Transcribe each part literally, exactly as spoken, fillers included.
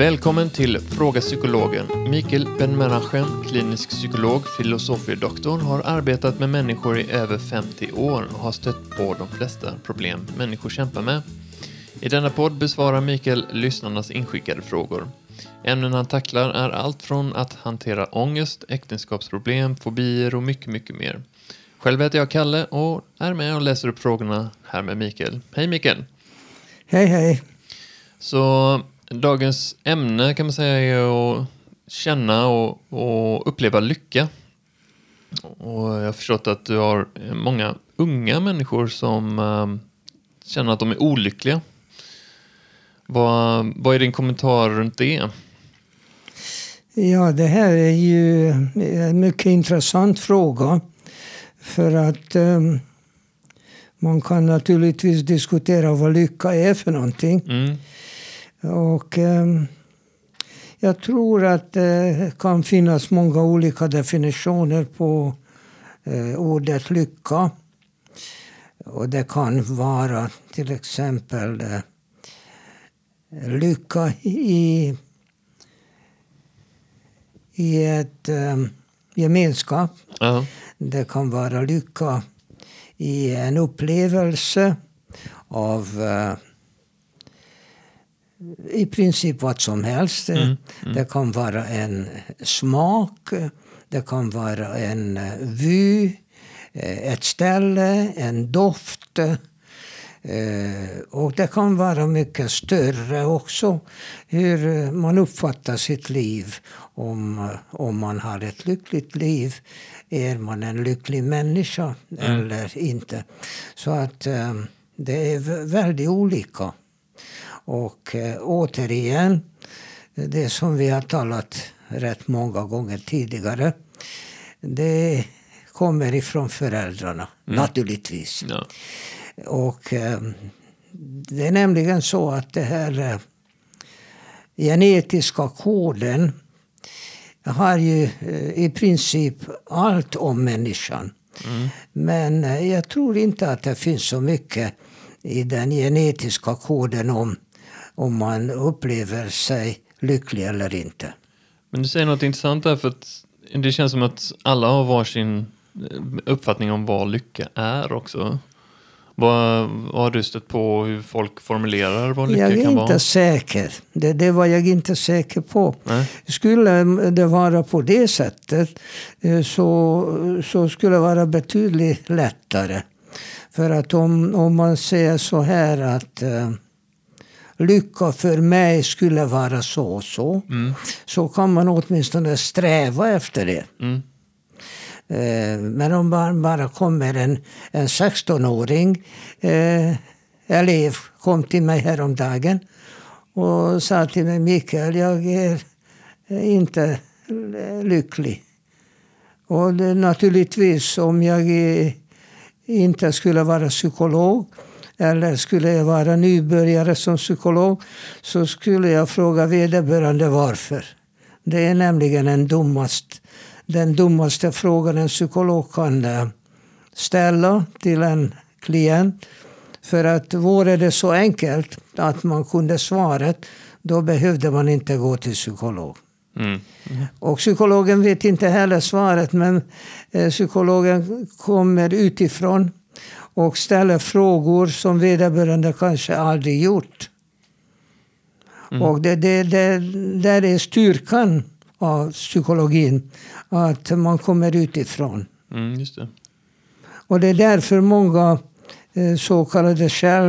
Välkommen till Fråga Psykologen. Mikael Ben-Menachem, klinisk psykolog, filosofiedoktor, har arbetat med människor i över femtio år och har stött på de flesta problem människor kämpar med. I denna podd besvarar Mikael lyssnarnas inskickade frågor. Ämnen han tacklar är allt från att hantera ångest, äktenskapsproblem, fobier och mycket, mycket mer. Själv heter jag Kalle och är med och läser upp frågorna här med Mikael. Hej Mikael! Hej hej! Så dagens ämne kan man säga är att känna och, och uppleva lycka. Och jag har förstått att du har många unga människor som äh, känner att de är olyckliga. Vad, vad är din kommentar runt det? Ja, det här är ju en mycket intressant fråga. För att um, man kan naturligtvis diskutera vad lycka är för någonting. Mm. Och um, jag tror att det kan finnas många olika definitioner på uh, ordet lycka. Och det kan vara till exempel uh, lycka i, i ett um, gemenskap. Uh-huh. Det kan vara lycka i en upplevelse av uh, i princip vad som helst. Mm, mm. Det kan vara en smak, det kan vara en vy, ett ställe, en doft. Uh, och det kan vara mycket större också hur man uppfattar sitt liv. Om, om man har ett lyckligt liv, är man en lycklig människa mm. eller inte. Så att uh, det är väldigt olika. Och uh, återigen, det som vi har talat rätt många gånger tidigare, det kommer ifrån föräldrarna, mm. naturligtvis. Ja. Och eh, det är nämligen så att det här eh, genetiska koden har ju eh, i princip allt om människan. Mm. Men eh, jag tror inte att det finns så mycket i den genetiska koden om, om man upplever sig lycklig eller inte. Men du säger något intressant där, för att det känns som att alla har varsin uppfattning om vad lycka är också. Vad, vad har du stött på hur folk formulerar vad lycka kan vara? Jag är inte säker. Det, det var jag inte säker på. Nej. Skulle det vara på det sättet så, så skulle det vara betydligt lättare. För att om, om man säger så här att uh, lycka för mig skulle vara så och så. Mm. Så kan man åtminstone sträva efter det. Mm. Men om man bara kommer en, en sexton-åring eh, elev kom till mig häromdagen och sa till mig: Mikael, jag är inte lycklig. Och det, naturligtvis om jag inte skulle vara psykolog eller skulle jag vara nybörjare som psykolog, så skulle jag fråga vederbörande varför. Det är nämligen en dummast Den dummaste frågan en psykolog kan ställa till en klient. För att vore det så enkelt att man kunde svaret, då behövde man inte gå till psykolog. Mm. Mm. Och psykologen vet inte heller svaret, men eh, psykologen kommer utifrån och ställer frågor som vederbörande kanske aldrig gjort. Mm. Och det, det, det, där är styrkan av psykologin, att man kommer utifrån. Mm, just det. Och det är därför många eh, så kallade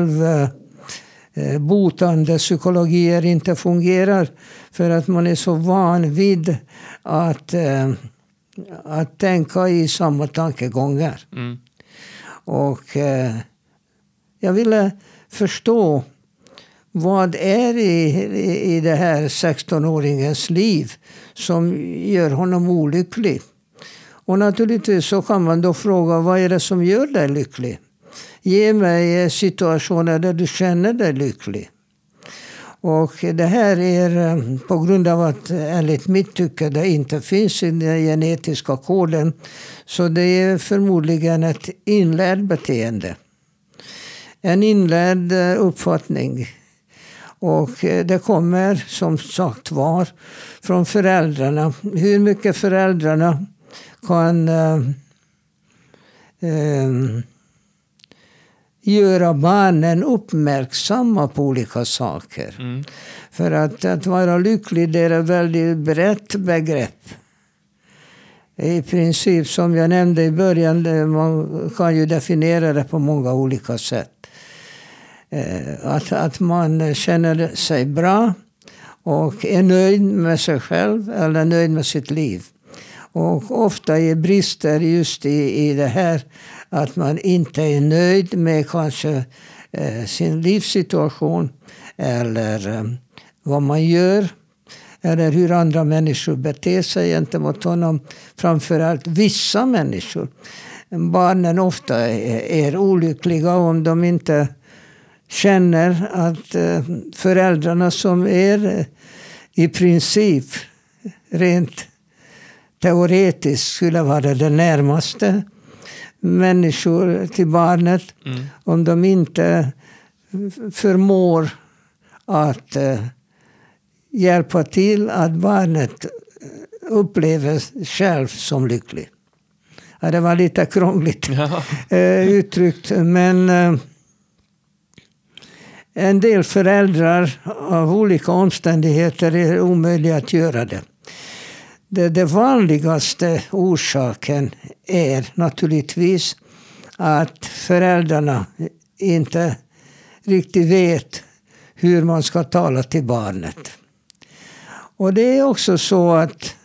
självbotande eh, psykologier inte fungerar. För att man är så van vid att, eh, att tänka i samma tankegångar. Mm. Och eh, jag ville förstå vad är i, i, i det här sexton-åringens liv som gör honom olycklig. Och naturligtvis så kan man då fråga: vad är det som gör dig lycklig? Ge mig situationer där du känner dig lycklig. Och det här är på grund av att enligt mitt tycke det inte finns i den genetiska koden. Så det är förmodligen ett inlärd beteende. En inlärd uppfattning. Och det kommer som sagt var från föräldrarna. Hur mycket föräldrarna kan eh, eh, göra barnen uppmärksamma på olika saker. Mm. För att, att vara lycklig, det är ett väldigt brett begrepp. I princip, som jag nämnde i början, man kan ju definiera det på många olika sätt. Att, att man känner sig bra och är nöjd med sig själv eller nöjd med sitt liv. Och ofta är brister just i, i det här att man inte är nöjd med kanske eh, sin livssituation eller eh, vad man gör. Eller hur andra människor beter sig gentemot honom. Framförallt vissa människor. Barnen ofta är, är olyckliga om de inte känner att eh, föräldrarna som är eh, i princip rent teoretiskt skulle vara det närmaste människor till barnet. Mm. Om de inte förmår att eh, hjälpa till att barnet upplever själv som lycklig. Ja, det var lite krångligt ja. eh, uttryckt. Men eh, en del föräldrar av olika omständigheter är omöjliga att göra det. Det, det vanligaste orsaken är naturligtvis att föräldrarna inte riktigt vet hur man ska tala till barnet. Och det är också så att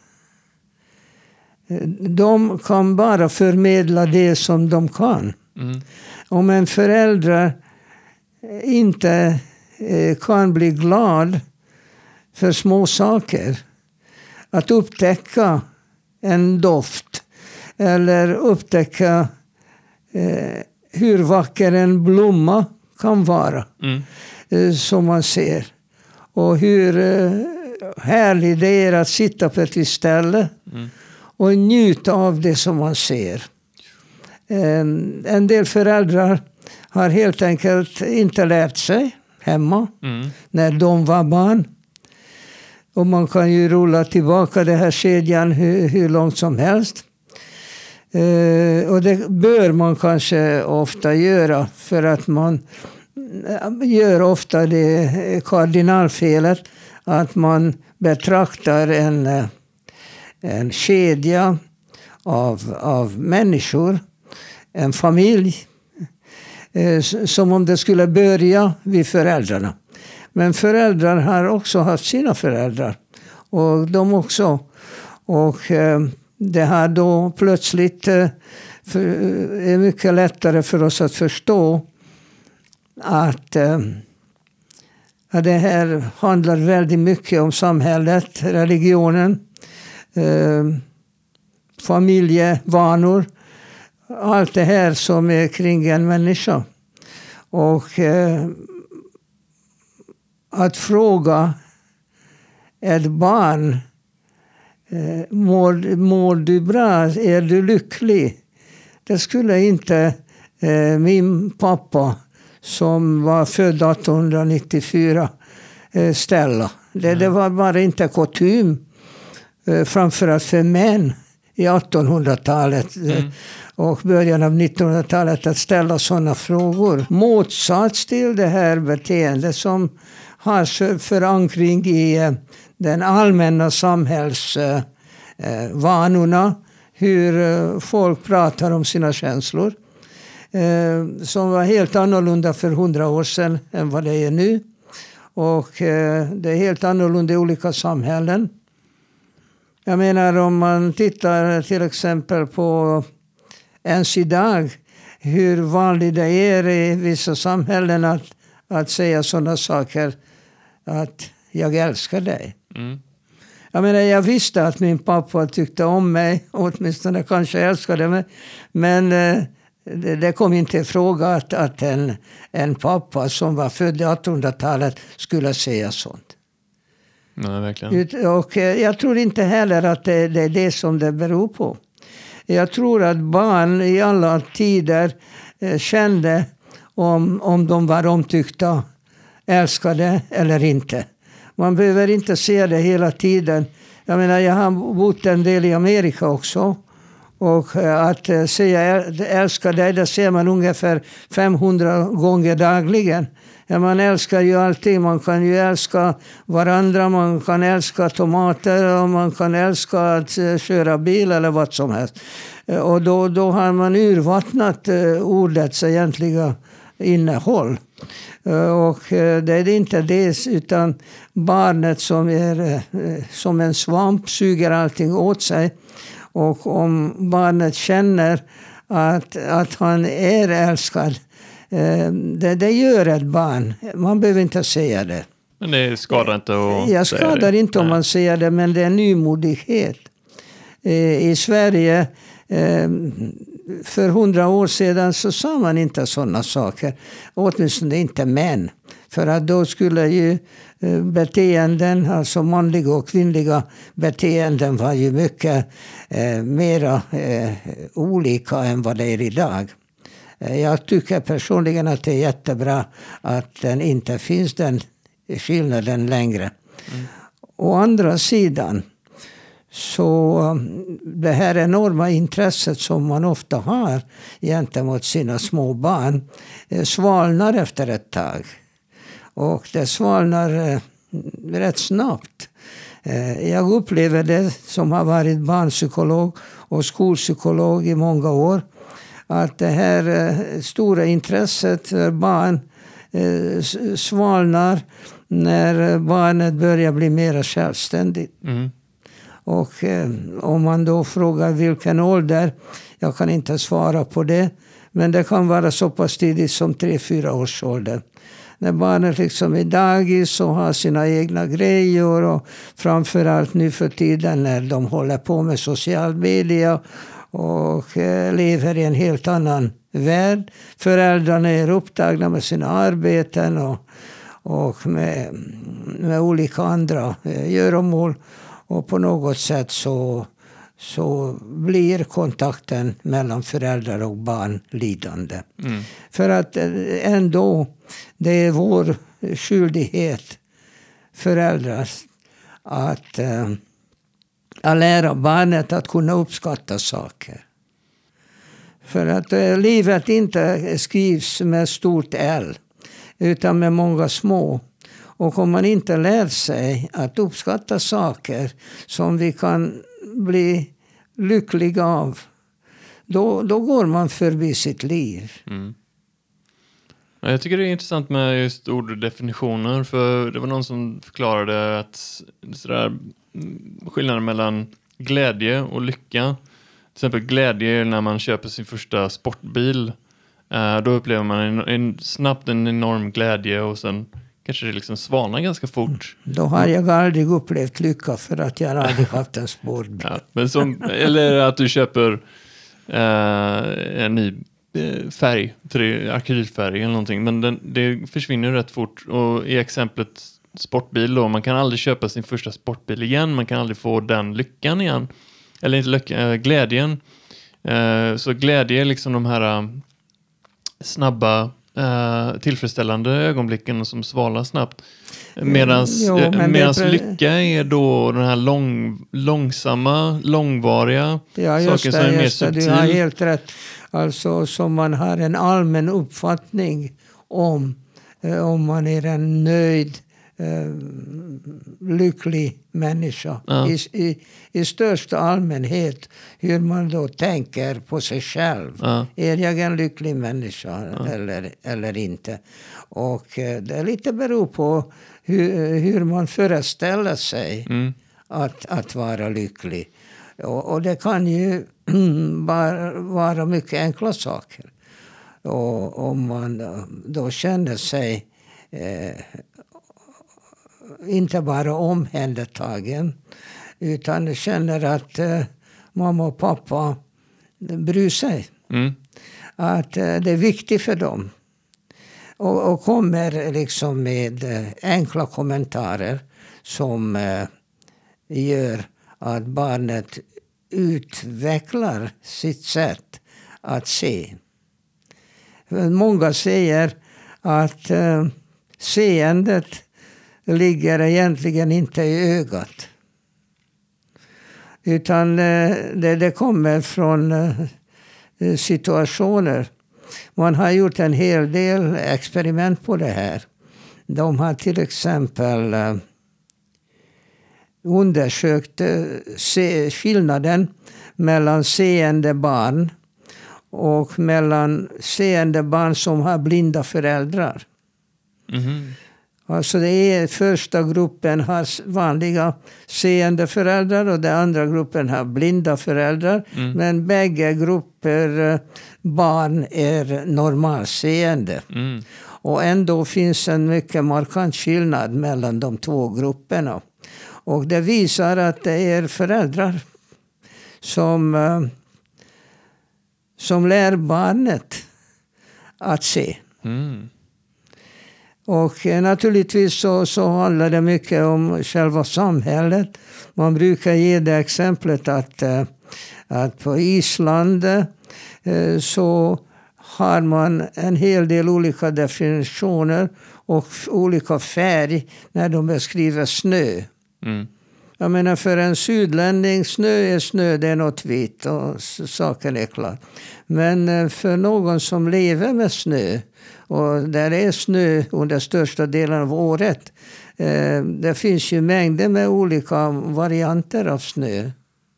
de kan bara förmedla det som de kan. Mm. Om en förälder inte kan bli glad för små saker, att upptäcka en doft eller upptäcka eh, hur vacker en blomma kan vara, mm. eh, som man ser. Och hur eh, härligt det är att sitta på ett visst ställe mm. och njuta av det som man ser. Eh, en del föräldrar har helt enkelt inte lärt sig hemma mm. när de var barn. Och man kan ju rulla tillbaka det här kedjan hur, hur långt som helst. Eh, och det bör man kanske ofta göra. För att man gör ofta det kardinalfelet. Att man betraktar en, en kedja av, av människor. En familj. Eh, som om det skulle börja vid föräldrarna. Men föräldrar har också haft sina föräldrar. Och de också. Och eh, det har då plötsligt eh, för, är mycket lättare för oss att förstå att, eh, att det här handlar väldigt mycket om samhället, religionen, eh, familjevanor. Allt det här som är kring en människa. Och eh, att fråga ett barn, eh, mår, mår du bra, är du lycklig? Det skulle inte eh, min pappa som var född arton nittiofyra eh, ställa. Det, det var bara inte kutym, eh, framförallt för män i artonhundratalet mm. och början av nittonhundratalet att ställa sådana frågor. Motsats till det här beteendet som har förankring i den allmänna samhällsvanorna, hur folk pratar om sina känslor, som var helt annorlunda för hundra år sedan än vad det är nu. Och det är helt annorlunda i olika samhällen. Jag menar, om man tittar till exempel på ens idag, hur vanligt det är i vissa samhällen att, att säga sådana saker, att jag älskar dig. Mm. Jag menar, jag visste att min pappa tyckte om mig, åtminstone kanske älskade mig, men eh, det, det kom inte fråga att, att en, en pappa som var född i artonhundratalet skulle säga sånt. Nej, verkligen. Och eh, jag tror inte heller att det, det är det som det beror på. Jag tror att barn i alla tider eh, kände om, om de var omtyckta älskade eller inte. Man behöver inte se det hela tiden. Jag menar, jag har bott en del i Amerika också. Och att säga älskar dig, det ser man ungefär femhundra gånger dagligen. Ja, man älskar ju allting. Man kan ju älska varandra, man kan älska tomater och man kan älska att köra bil eller vad som helst. Och då, då har man urvattnat ordets egentliga innehåll. Och det är inte det, utan barnet som är som en svamp suger allting åt sig. Och om barnet känner att, att han är älskad, det, det gör ett barn. Man behöver inte säga det. Men det skadar inte att Jag skadar det. inte om man säger det, men det är nymodighet. I Sverige för hundra år sedan så sa man inte sådana saker. Åtminstone inte män. För att då skulle ju beteenden, alltså manliga och kvinnliga beteenden var ju mycket eh, mera eh, olika än vad det är idag. Jag tycker personligen att det är jättebra att den inte finns den skillnaden längre. Mm. Å andra sidan så det här enorma intresset som man ofta har gentemot sina små barn svalnar efter ett tag. Och det svalnar eh, rätt snabbt. Eh, jag upplever det som har varit barnpsykolog och skolpsykolog i många år. Att det här eh, stora intresset för barn eh, svalnar när barnet börjar bli mer självständigt. Mm. Och eh, om man då frågar vilken ålder, jag kan inte svara på det. Men det kan vara så pass tidigt som tre fyra års ålder. När barnet liksom är dagis och har sina egna grejer och framförallt nu för tiden när de håller på med social media och eh, lever i en helt annan värld. Föräldrarna är upptagna med sina arbeten och, och med, med olika andra eh, göromål. Och på något sätt så, så blir kontakten mellan föräldrar och barn lidande. Mm. För att ändå, det är vår skyldighet, föräldrar, att, äh, att lära barnet att kunna uppskatta saker. För att äh, livet inte skrivs med stort L, utan med många små. Och om man inte lär sig att uppskatta saker som vi kan bli lyckliga av, då, då går man förbi sitt liv. Mm. Jag tycker det är intressant med just ord och definitioner, för det var någon som förklarade att sådär, skillnaden mellan glädje och lycka. Till exempel glädje är när man köper sin första sportbil. Då upplever man en, en, snabbt en enorm glädje och sen kanske det liksom svalnar ganska fort. Då har jag aldrig upplevt lycka för att jag aldrig haft en sportbil. Ja, men som, eller att du köper eh, en ny färg, akrylfärg eller någonting. Men den, det försvinner rätt fort. Och i exemplet sportbil då, man kan aldrig köpa sin första sportbil igen. Man kan aldrig få den lyckan igen. Eller inte lyckan, äh, glädjen. Eh, så glädje är liksom de här äh, snabba Uh, tillfredsställande ögonblicken som svalar snabbt. Medans, jo, men medans det... lycka är då den här lång, långsamma, långvariga ja, saker som är mer subtil. Du har helt rätt. Alltså som man har en allmän uppfattning om, eh, om man är en nöjd, eh, lycklig människa. Ja. I, i, I största allmänhet hur man då tänker på sig själv. Ja. Är jag en lycklig människa ja. eller, eller inte? Och eh, det lite beror på hur, hur man föreställer sig mm. att, att vara lycklig. Och, och det kan ju bara vara mycket enkla saker. Och om man då känner sig eh, inte bara omhändertagen, utan känner att eh, mamma och pappa bryr sig. Mm. Att eh, det är viktigt för dem. Och, och kommer liksom med eh, enkla kommentarer som eh, gör att barnet utvecklar sitt sätt att se. Många säger att eh, seendet ligger egentligen inte i ögat. Utan det, det kommer från situationer. Man har gjort en hel del experiment på det här. De har till exempel undersökt se, skillnaden mellan seende barn och mellan seende barn som har blinda föräldrar. Mm-hmm. Alltså det är första gruppen har vanliga seende föräldrar och den andra gruppen har blinda föräldrar. Mm. Men bägge grupper barn är normalseende. Mm. Och ändå finns en mycket markant skillnad mellan de två grupperna. Och det visar att det är föräldrar som, som lär barnet att se. Mm. Och naturligtvis så, så handlar det mycket om själva samhället. Man brukar ge det exemplet att, att på Island så har man en hel del olika definitioner och olika färg när de beskriver snö. Mm. Jag menar för en sydlänning, snö är snö, det är något vitt och saken är klar. Men för någon som lever med snö, och där är snö under största delen av året, eh, det finns ju mängder med olika varianter av snö.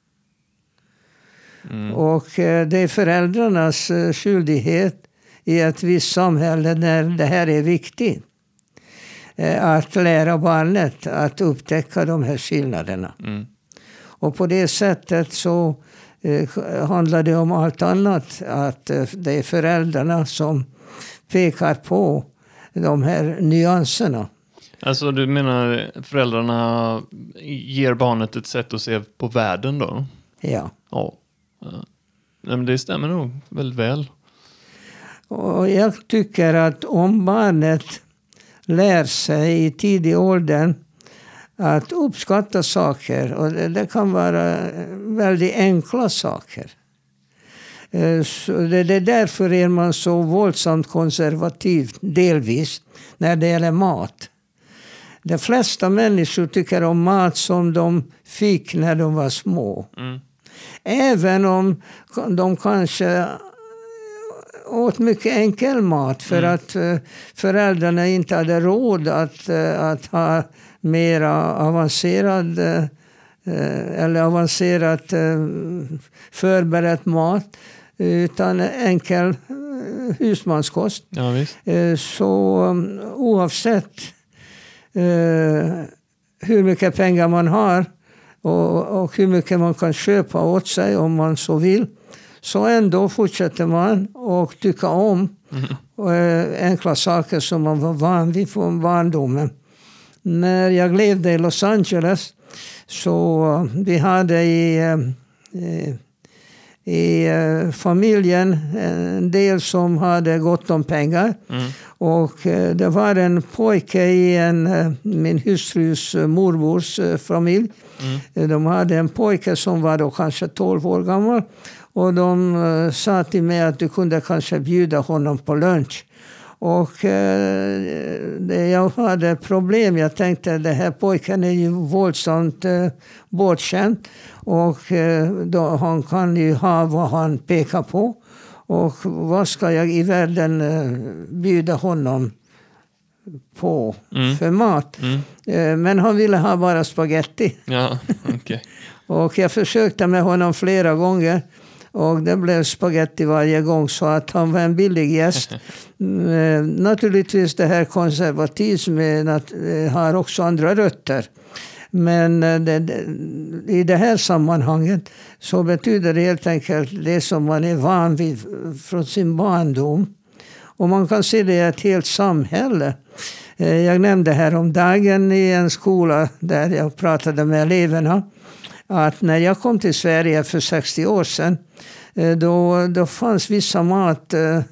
Mm. Och eh, det är föräldrarnas eh, skyldighet i ett visst samhälle när det här är viktigt. Eh, att lära barnet att upptäcka de här skillnaderna. Mm. Och på det sättet så eh, handlar det om allt annat. Att eh, det är föräldrarna som pekar på de här nyanserna. Alltså du menar föräldrarna ger barnet ett sätt att se på världen då? Ja. Ja. Ja. Men det stämmer nog väldigt väl. Och jag tycker att om barnet lär sig i tidig ålder att uppskatta saker, och det, det kan vara väldigt enkla saker. Så det, det är därför är man så våldsamt konservativ delvis när det gäller mat. De flesta människor tycker om mat som de fick när de var små. Mm. Även om de kanske åt mycket enkel mat för mm. att föräldrarna inte hade råd att, att ha mera avancerad eller avancerat förberett mat, utan enkel husmanskost. Ja, visst. Så oavsett hur mycket pengar man har och, och hur mycket man kan köpa åt sig om man så vill, så ändå fortsätter man och tycka om mm. enkla saker som man var van vid från barndomen. När jag levde i Los Angeles så vi hade i, i, i familjen en del som hade gott om pengar. Mm. Och det var en pojke i en, min hustrus mormors familj. Mm. De hade en pojke som var då kanske tolv år gammal. Och de uh, sa till mig att du kunde kanske bjuda honom på lunch. Och uh, det, jag hade problem. Jag tänkte att det här pojken är ju våldsamt uh, bortkänd. Och uh, då, han kan ju ha vad han pekar på. Och vad ska jag i världen uh, bjuda honom på mm. för mat? Mm. Uh, men han ville ha bara spaghetti. Ja, okay. Och jag försökte med honom flera gånger. Och det blev spaghetti varje gång, så att han var en billig gäst. eh, naturligtvis det här konservatismen eh, har också andra rötter. Men eh, det, det, i det här sammanhanget så betyder det helt enkelt det som man är van vid från sin barndom. Och man kan se det i ett helt samhälle. Eh, jag nämnde här om dagen i en skola där jag pratade med eleverna. Att när jag kom till Sverige för sextio år sedan, då, då fanns vissa matvaror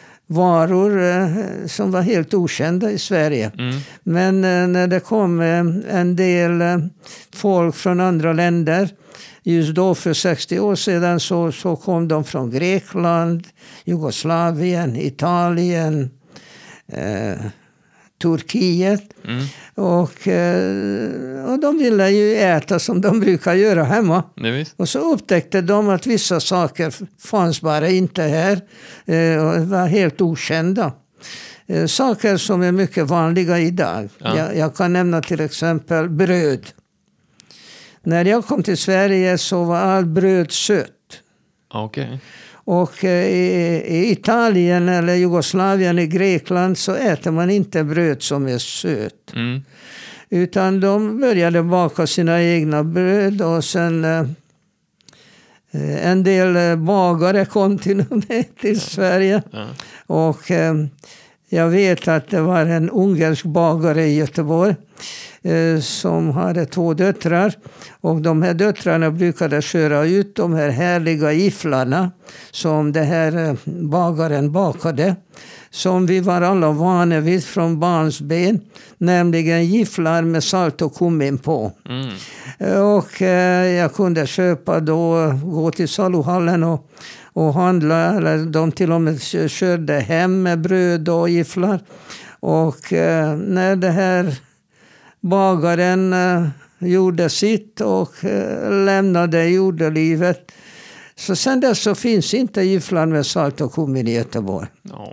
som var helt okända i Sverige. Mm. Men när det kom en del folk från andra länder, just då för sextio år sedan, så, så kom de från Grekland, Jugoslavien, Italien, eh, Turkiet. Mm. Och, och de ville ju äta som de brukar göra hemma. Nej, och så upptäckte de att vissa saker fanns bara inte här. Och var helt okända. Saker som är mycket vanliga idag. Ja. Jag, jag kan nämna till exempel bröd. När jag kom till Sverige så var all bröd sött. Okej. Okay. Och i, i Italien eller Jugoslavien i Grekland så äter man inte bröd som är sött. Mm. Utan de började baka sina egna bröd och sen eh, en del bagare kom till och med till Sverige. Ja. Och eh, jag vet att det var en ungersk bagare i Göteborg eh, som hade två döttrar. Och de här döttrarna brukade köra ut de här härliga gifflarna som det här eh, bagaren bakade. Som vi var alla vana vid från barnsben. Nämligen gifflar med salt och kummin på. Mm. Och eh, jag kunde köpa då, gå till saluhallen och, och handla. Eller de till och med körde hem med bröd och gifflar. Och eh, när det här bagaren eh, gjorde sitt och eh, lämnade jordelivet. Så sen dess så finns inte gifflar med salt och kummin i Göteborg. No.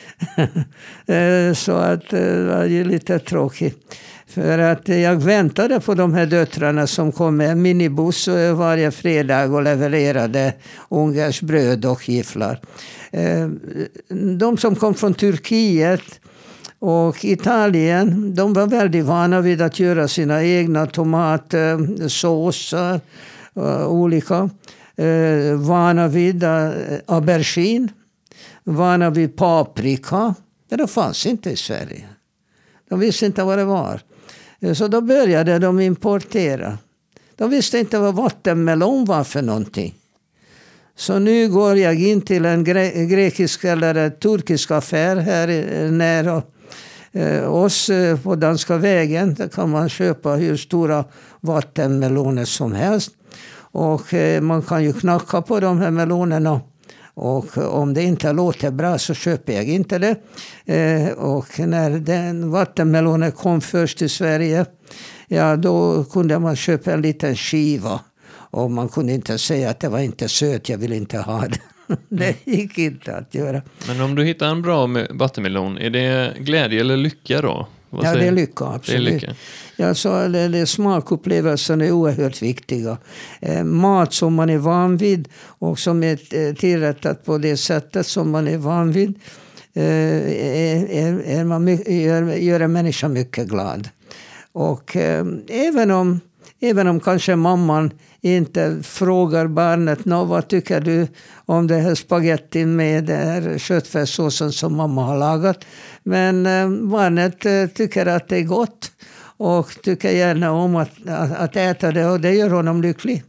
Så att det var ju lite tråkigt. För att jag väntade på de här döttrarna som kom med en minibuss varje fredag och levererade ungersk bröd och gifflar. De som kom från Turkiet och Italien, de var väldigt vana vid att göra sina egna tomatsåser, olika. Vana vid aubergine. Vana vid paprika. Det fanns inte i Sverige. De visste inte vad det var. Så då började de importera. De visste inte vad vattenmelon var för någonting. Så nu går jag in till en gre- grekisk eller turkisk affär här nära eh, oss på Danska vägen. Där kan man köpa hur stora vattenmeloner som helst. Och eh, man kan ju knacka på de här melonerna. Och om det inte låter bra så köper jag inte det. Eh, och när den vattenmelonen kom först till Sverige, ja då kunde man köpa en liten skiva. Och man kunde inte säga att det var inte sött, jag vill inte ha det. Det gick inte att göra. Men om du hittar en bra vattenmelon, är det glädje eller lycka då? Vad ja, säger? det är lycka, absolut. Det är lycka. Ja, så det, det, smakupplevelsen är oerhört viktiga. Eh, mat som man är van vid och som är eh, tillrättat på det sättet som man är van vid eh, är, är, är man, gör, gör en människa mycket glad. Och eh, även om Även om kanske mamman inte frågar barnet, nå vad tycker du om det här spagettin med den här köttfärssåsen som mamma har lagat. Men eh, barnet eh, tycker att det är gott och tycker gärna om att, att, att äta det och det gör honom lycklig.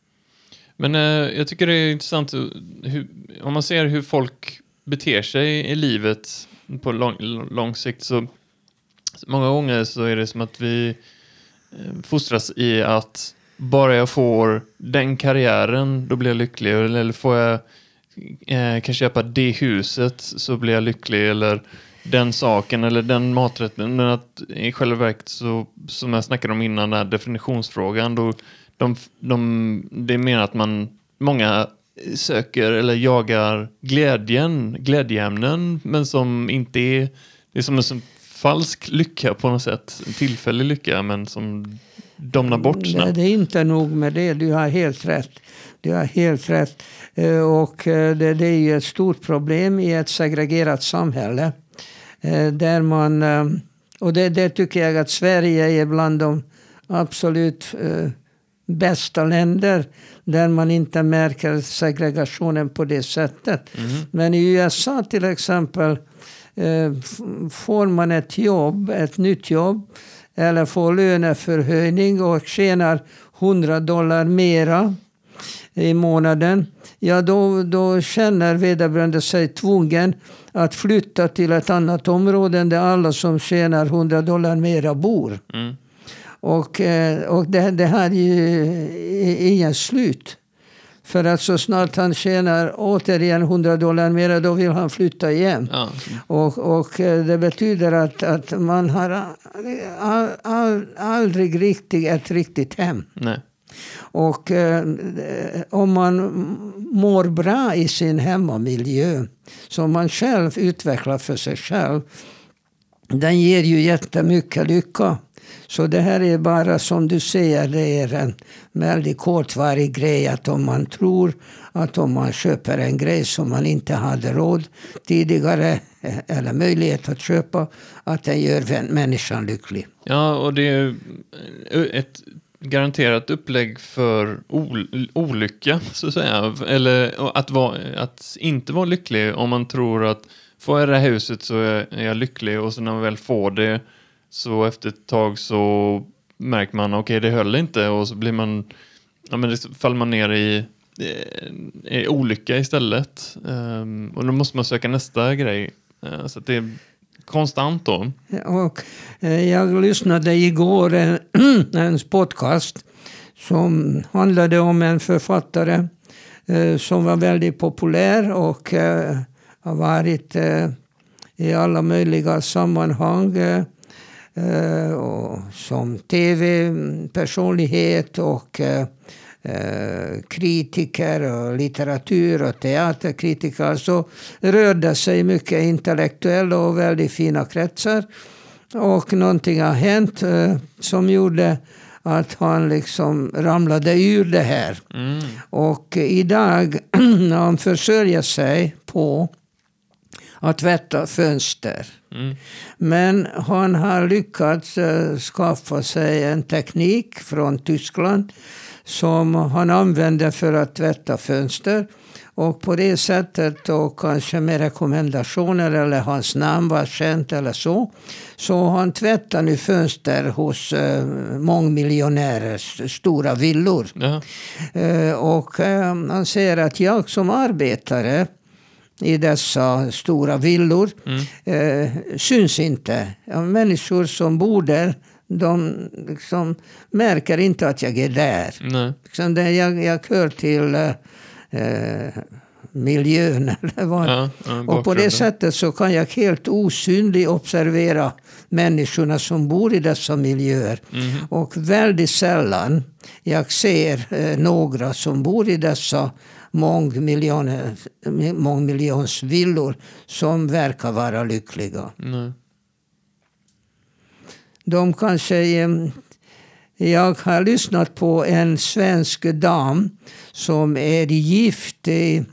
Men eh, jag tycker det är intressant hur, om man ser hur folk beter sig i livet på lång, lång sikt så många gånger så är det som att vi fostras i att bara jag får den karriären då blir jag lycklig, eller får jag eh, kan köpa det huset så blir jag lycklig, eller den saken eller den maträtten. Men att i själva verket så, som jag snackade om innan, den här definitionsfrågan, då de, de, det menar att man många söker eller jagar glädjen, glädjeämnen, men som inte är, det är som en sån falsk lycka på något sätt. En tillfällig lycka, men som domnar bort snabbt. Det, det är inte nog med det. Du har helt rätt. Du har helt rätt. Och det, det är ju ett stort problem i ett segregerat samhälle. Där man, och det, det tycker jag att Sverige är bland de absolut bästa länder där man inte märker segregationen på det sättet. Mm. Men i U S A till exempel får man ett jobb, ett nytt jobb eller får löneförhöjning och tjänar hundra dollar mera i månaden, ja då, då känner vederbörande sig tvungen att flytta till ett annat område där alla som tjänar hundra dollar mera bor. Mm. Och, och det, det här är ju ingen slut. För att så snart han tjänar återigen hundra dollar mer, då vill han flytta igen. Ja. Och, och det betyder att, att man har all, all, aldrig riktigt ett riktigt hem. Nej. Och eh, om man mår bra i sin hemmamiljö, som man själv utvecklar för sig själv, den ger ju jättemycket lycka. Så det här är bara, som du säger, det är en väldigt kortvarig grej, att om man tror att om man köper en grej som man inte hade råd tidigare eller möjlighet att köpa, att den gör människan lycklig. Ja, och det är ett garanterat upplägg för ol- olycka, så att säga. Eller att, vara, att inte vara lycklig om man tror att får jag det här huset så är jag lycklig, och så när man väl får det så efter ett tag så märker man okej, okay, det höll inte, och så blir man, ja, men det faller man ner i, i, i olycka istället. Um, och då måste man söka nästa grej. Uh, så att det är konstant då. Och eh, jag lyssnade igår en, en podcast som handlade om en författare eh, som var väldigt populär och eh, har varit eh, i alla möjliga sammanhang eh, och som tv-personlighet och eh, kritiker och litteratur och teaterkritiker, så rörde sig mycket intellektuella och väldigt fina kretsar. Och någonting har hänt eh, som gjorde att han liksom ramlade ur det här. Mm. Och idag när han försörjer sig på att tvätta fönster. Mm. Men han har lyckats uh, skaffa sig en teknik från Tyskland som han använder för att tvätta fönster. Och på det sättet, och kanske med rekommendationer eller hans namn var känt eller så, så han tvättar nu fönster hos uh, mångmiljonärers stora villor. Ja. Uh, och uh, han säger att jag som arbetare i dessa stora villor mm. eh, syns inte. Ja, människor som bor där, de liksom märker inte att jag är där. Nej. Liksom det, jag, jag hör till eh, miljön. Eller vad. Ja, ja, och på det sättet så kan jag helt osynligt observera människorna som bor i dessa miljöer. Mm. Och väldigt sällan jag ser eh, några som bor i dessa mångmiljons villor som verkar vara lyckliga. Mm. De kanske... Jag har lyssnat på en svensk dam som är gift i,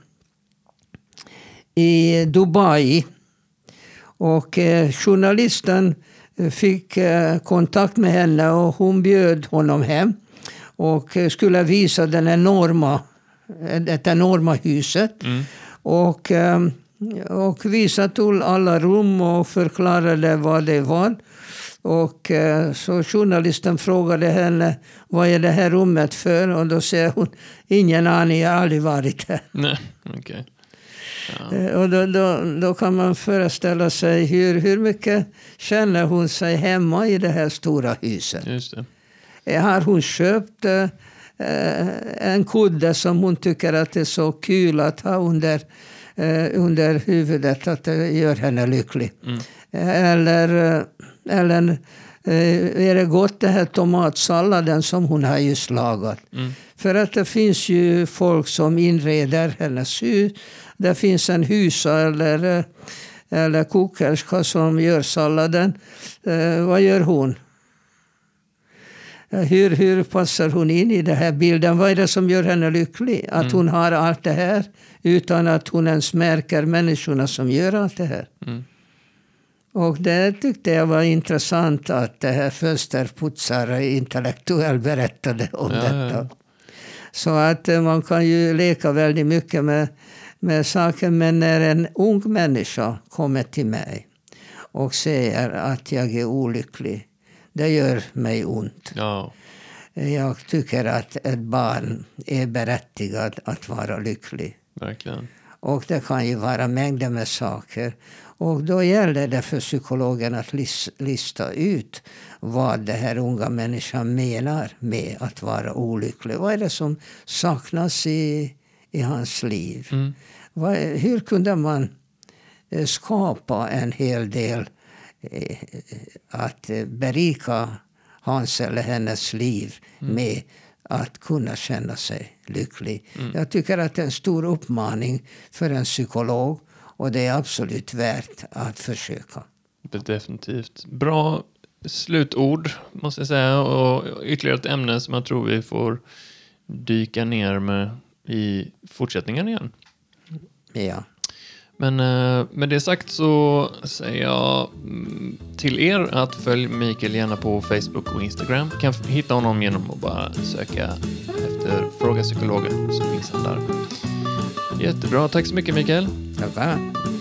i Dubai. Och eh, journalisten fick eh, kontakt med henne och hon bjöd honom hem. Och eh, skulle visa den enorma det enorma huset. Mm. Och, och visade till alla rum och förklarade vad det var. Och så journalisten frågade henne, vad är det här rummet för? Och då säger hon, ingen aning, jag har aldrig varit här. Nej, okej. Ja. Och då, då, då kan man föreställa sig hur, hur mycket känner hon sig hemma i det här stora huset. Just det. Har hon köpt en kudde som hon tycker att det är så kul att ha under, under huvudet, att det gör henne lycklig. Mm. Eller, eller är det gott det här tomatsalladen som hon har just lagat. Mm. För att det finns ju folk som inreder hennes hus. Det finns en husa eller, eller kokerska som gör salladen. Eh, vad gör hon? Hur, hur passar hon in i den här bilden? Vad är det som gör henne lycklig? Att mm. hon har allt det här utan att hon ens märker människorna som gör allt det här. Mm. Och det tyckte jag var intressant att det här fönsterputsare intellektuell berättade om ja, detta. Ja. Så att man kan ju leka väldigt mycket med, med saker. Men när en ung människa kommer till mig och säger att jag är olycklig, det gör mig ont. Ja. Jag tycker att ett barn är berättigad att vara lycklig. Verkligen. Och det kan ju vara mängder med saker. Och då gäller det för psykologen att lista ut vad det här unga människan menar med att vara olycklig. Vad är det som saknas i, i hans liv. Mm. Vad, hur kunde man eh, skapa en hel del eh, att eh, berika hans eller hennes liv mm. med att kunna känna sig lycklig. Mm. Jag tycker att det är en stor uppmaning för en psykolog, och det är absolut värt att försöka. Det är definitivt. Bra slutord måste jag säga, och ytterligare ett ämne som jag tror vi får dyka ner med i fortsättningen igen. Ja. Men med det sagt så säger jag till er att följ Mikael gärna på Facebook och Instagram. Kan hitta honom genom att bara söka efter Fråga Psykologen, så finns han där. Jättebra, tack så mycket Mikael. Tack.